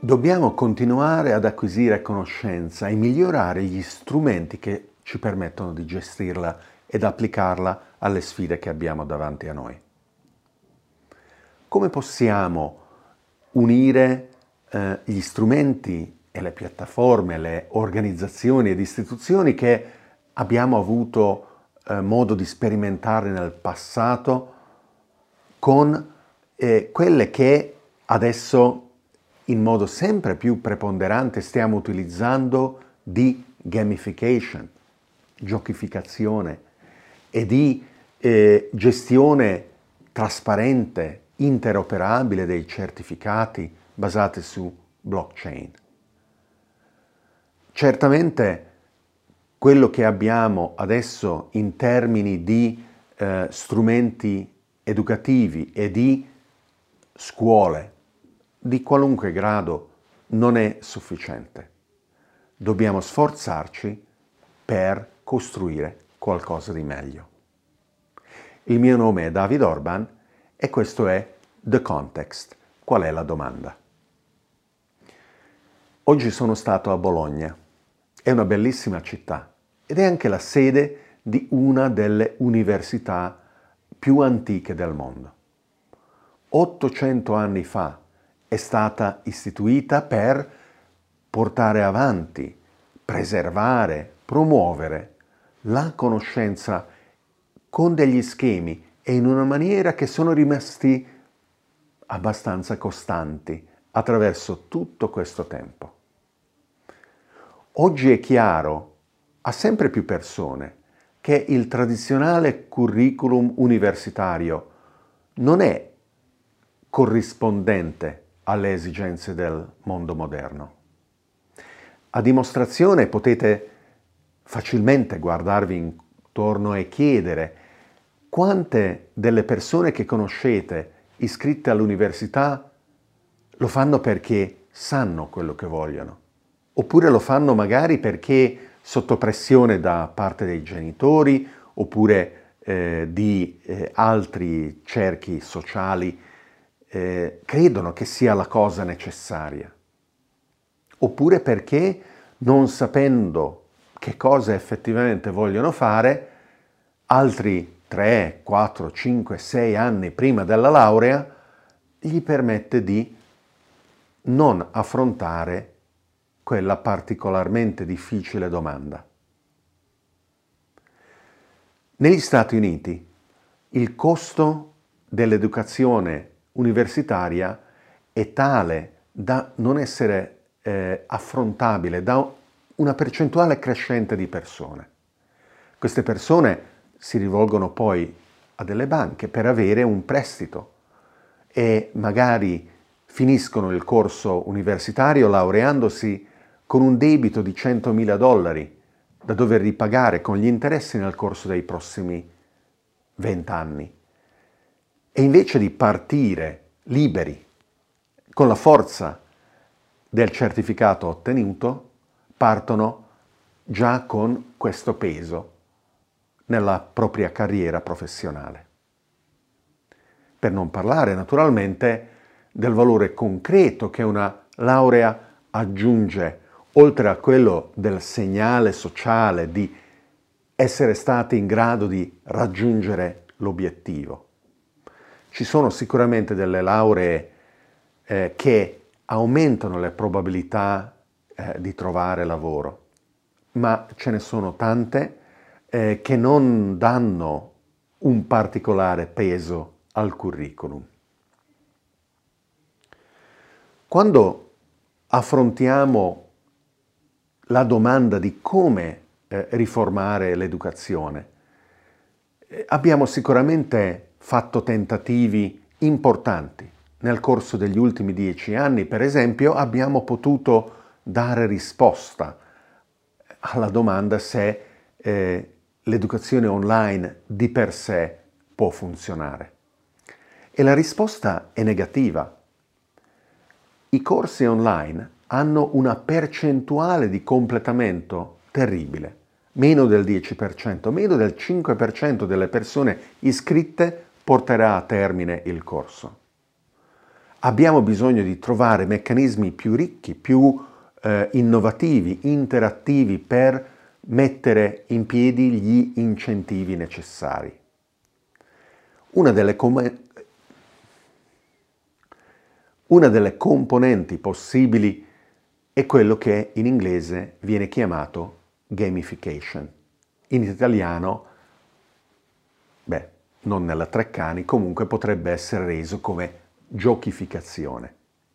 Dobbiamo continuare ad acquisire conoscenza e migliorare gli strumenti che ci permettono di gestirla ed applicarla alle sfide che abbiamo davanti a noi. Come possiamo unire gli strumenti e le piattaforme, le organizzazioni ed istituzioni che abbiamo avuto modo di sperimentare nel passato con quelle che adesso in modo sempre più preponderante stiamo utilizzando di gamification, giochificazione e di gestione trasparente, interoperabile dei certificati basati su blockchain. Certamente quello che abbiamo adesso in termini di strumenti educativi e di scuole di qualunque grado non è sufficiente. Dobbiamo sforzarci per costruire qualcosa di meglio. Il mio nome è David Orban e questo è The Context. Qual è la domanda? Oggi sono stato a Bologna. È una bellissima città ed è anche la sede di una delle università più antiche del mondo. 800 anni fa è stata istituita per portare avanti, preservare, promuovere la conoscenza con degli schemi e in una maniera che sono rimasti abbastanza costanti attraverso tutto questo tempo. Oggi è chiaro a sempre più persone che il tradizionale curriculum universitario non è corrispondente alle esigenze del mondo moderno. A dimostrazione potete facilmente guardarvi intorno e chiedere quante delle persone che conoscete iscritte all'università lo fanno perché sanno quello che vogliono, oppure lo fanno magari perché sotto pressione da parte dei genitori, oppure di altri cerchi sociali credono che sia la cosa necessaria, oppure perché non sapendo che cosa effettivamente vogliono fare, altri 3, 4, 5, 6 anni prima della laurea gli permette di non affrontare quella particolarmente difficile domanda. Negli Stati Uniti il costo dell'educazione universitaria è tale da non essere affrontabile da una percentuale crescente di persone. Queste persone si rivolgono poi a delle banche per avere un prestito e magari finiscono il corso universitario laureandosi con un debito di $100.000 da dover ripagare con gli interessi nel corso dei prossimi 20 anni. E invece di partire liberi con la forza del certificato ottenuto, partono già con questo peso nella propria carriera professionale. Per non parlare naturalmente del valore concreto che una laurea aggiunge, oltre a quello del segnale sociale di essere stati in grado di raggiungere l'obiettivo. Ci sono sicuramente delle lauree che aumentano le probabilità di trovare lavoro, ma ce ne sono tante che non danno un particolare peso al curriculum. Quando affrontiamo la domanda di come riformare l'educazione, abbiamo sicuramente fatto tentativi importanti. Nel corso degli ultimi 10 anni, per esempio, abbiamo potuto dare risposta alla domanda se l'educazione online di per sé può funzionare. E la risposta è negativa. I corsi online hanno una percentuale di completamento terribile, meno del 10%, meno del 5% delle persone iscritte porterà a termine il corso. Abbiamo bisogno di trovare meccanismi più ricchi, più innovativi, interattivi per mettere in piedi gli incentivi necessari. Una delle componenti possibili è quello che in inglese viene chiamato gamification. In italiano, non nella Treccani, comunque potrebbe essere reso come giochificazione.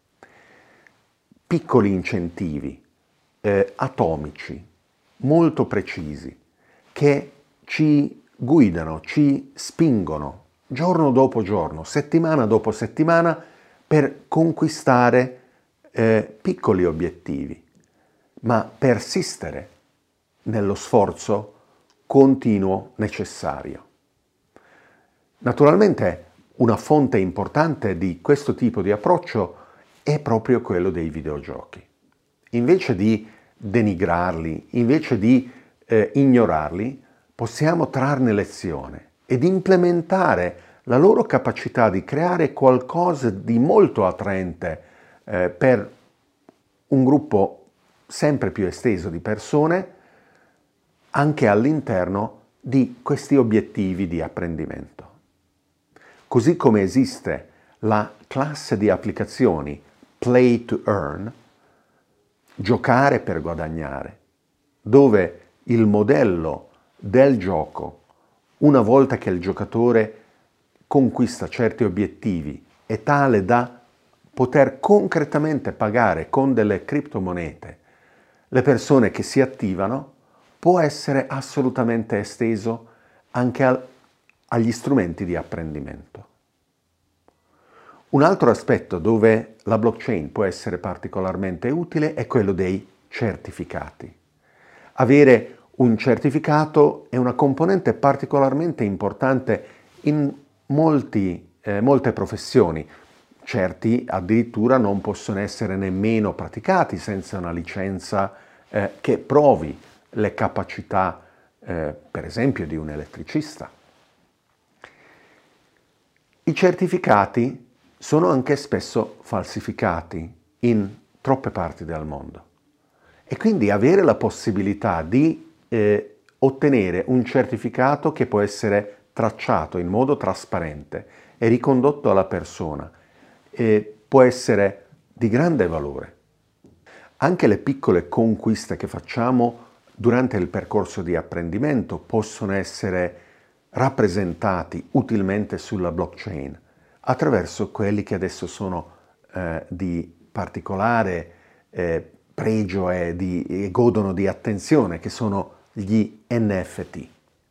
Piccoli incentivi atomici, molto precisi, che ci guidano, ci spingono giorno dopo giorno, settimana dopo settimana per conquistare piccoli obiettivi, ma persistere nello sforzo continuo necessario. Naturalmente una fonte importante di questo tipo di approccio è proprio quello dei videogiochi. Invece di denigrarli, invece di ignorarli, possiamo trarne lezione ed implementare la loro capacità di creare qualcosa di molto attraente per un gruppo sempre più esteso di persone, anche all'interno di questi obiettivi di apprendimento. Così come esiste la classe di applicazioni Play to Earn, giocare per guadagnare, dove il modello del gioco, una volta che il giocatore conquista certi obiettivi, è tale da poter concretamente pagare con delle criptomonete le persone che si attivano, può essere assolutamente esteso anche agli strumenti di apprendimento. Un altro aspetto dove la blockchain può essere particolarmente utile è quello dei certificati. Avere un certificato è una componente particolarmente importante in molte professioni. Certi addirittura non possono essere nemmeno praticati senza una licenza che provi le capacità, per esempio, di un elettricista. I certificati sono anche spesso falsificati in troppe parti del mondo e quindi avere la possibilità di ottenere un certificato che può essere tracciato in modo trasparente e ricondotto alla persona può essere di grande valore. Anche le piccole conquiste che facciamo durante il percorso di apprendimento possono essere rappresentati utilmente sulla blockchain attraverso quelli che adesso sono di particolare pregio e godono di attenzione, che sono gli NFT.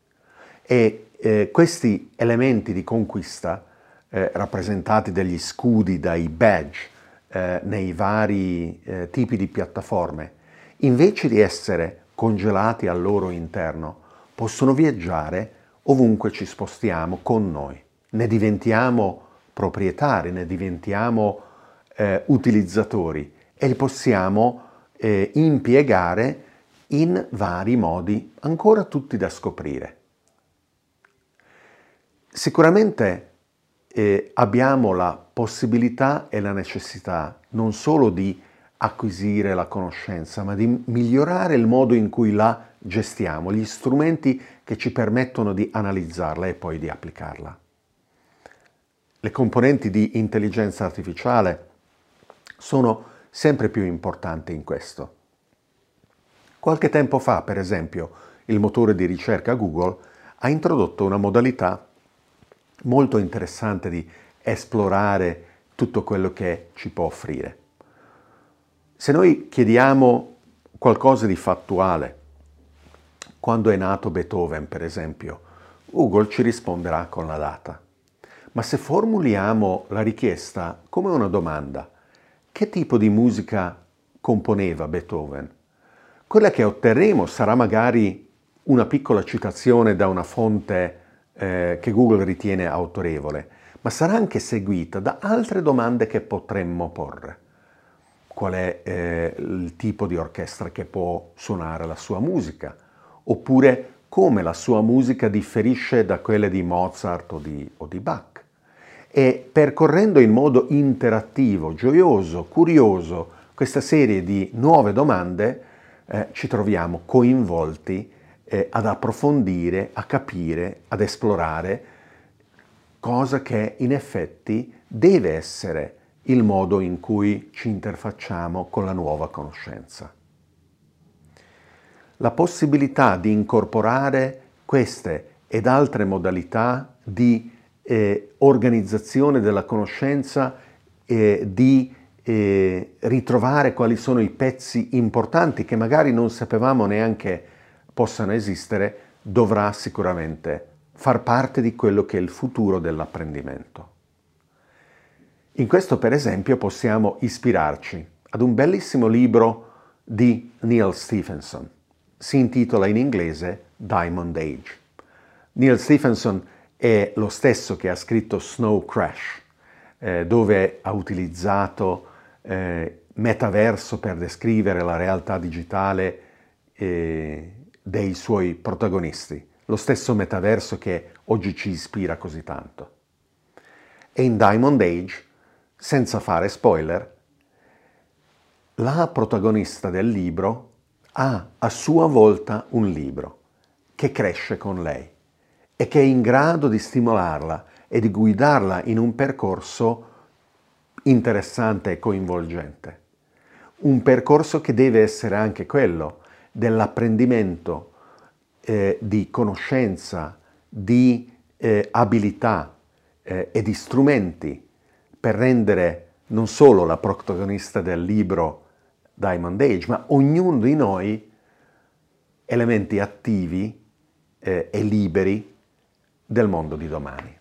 E questi elementi di conquista, rappresentati dagli scudi, dai badge, nei vari tipi di piattaforme, invece di essere congelati al loro interno, possono viaggiare ovunque ci spostiamo con noi. Ne diventiamo proprietari, ne diventiamo utilizzatori e li possiamo impiegare in vari modi, ancora tutti da scoprire. Sicuramente abbiamo la possibilità e la necessità non solo di acquisire la conoscenza, ma di migliorare il modo in cui la gestiamo, gli strumenti che ci permettono di analizzarla e poi di applicarla. Le componenti di intelligenza artificiale sono sempre più importanti in questo. Qualche tempo fa, per esempio, il motore di ricerca Google ha introdotto una modalità molto interessante di esplorare tutto quello che ci può offrire. Se noi chiediamo qualcosa di fattuale, quando è nato Beethoven, per esempio, Google ci risponderà con la data. Ma se formuliamo la richiesta come una domanda, che tipo di musica componeva Beethoven? Quella che otterremo sarà magari una piccola citazione da una fonte che Google ritiene autorevole, ma sarà anche seguita da altre domande che potremmo porre. Qual è il tipo di orchestra che può suonare la sua musica? Oppure come la sua musica differisce da quelle di Mozart o di Bach? E percorrendo in modo interattivo, gioioso, curioso questa serie di nuove domande, ci troviamo coinvolti ad approfondire, a capire, ad esplorare, cosa che in effetti deve essere il modo in cui ci interfacciamo con la nuova conoscenza. La possibilità di incorporare queste ed altre modalità di organizzazione della conoscenza, di ritrovare quali sono i pezzi importanti che magari non sapevamo neanche possano esistere, dovrà sicuramente far parte di quello che è il futuro dell'apprendimento. In questo, per esempio, possiamo ispirarci ad un bellissimo libro di Neal Stephenson. Si intitola in inglese Diamond Age. Neal Stephenson è lo stesso che ha scritto Snow Crash, dove ha utilizzato metaverso per descrivere la realtà digitale dei suoi protagonisti, lo stesso metaverso che oggi ci ispira così tanto. E in Diamond Age, senza fare spoiler, la protagonista del libro ha a sua volta un libro che cresce con lei e che è in grado di stimolarla e di guidarla in un percorso interessante e coinvolgente. Un percorso che deve essere anche quello dell'apprendimento di conoscenza, di abilità e di strumenti per rendere non solo la protagonista del libro Diamond Age, ma ognuno di noi elementi attivi e liberi del mondo di domani.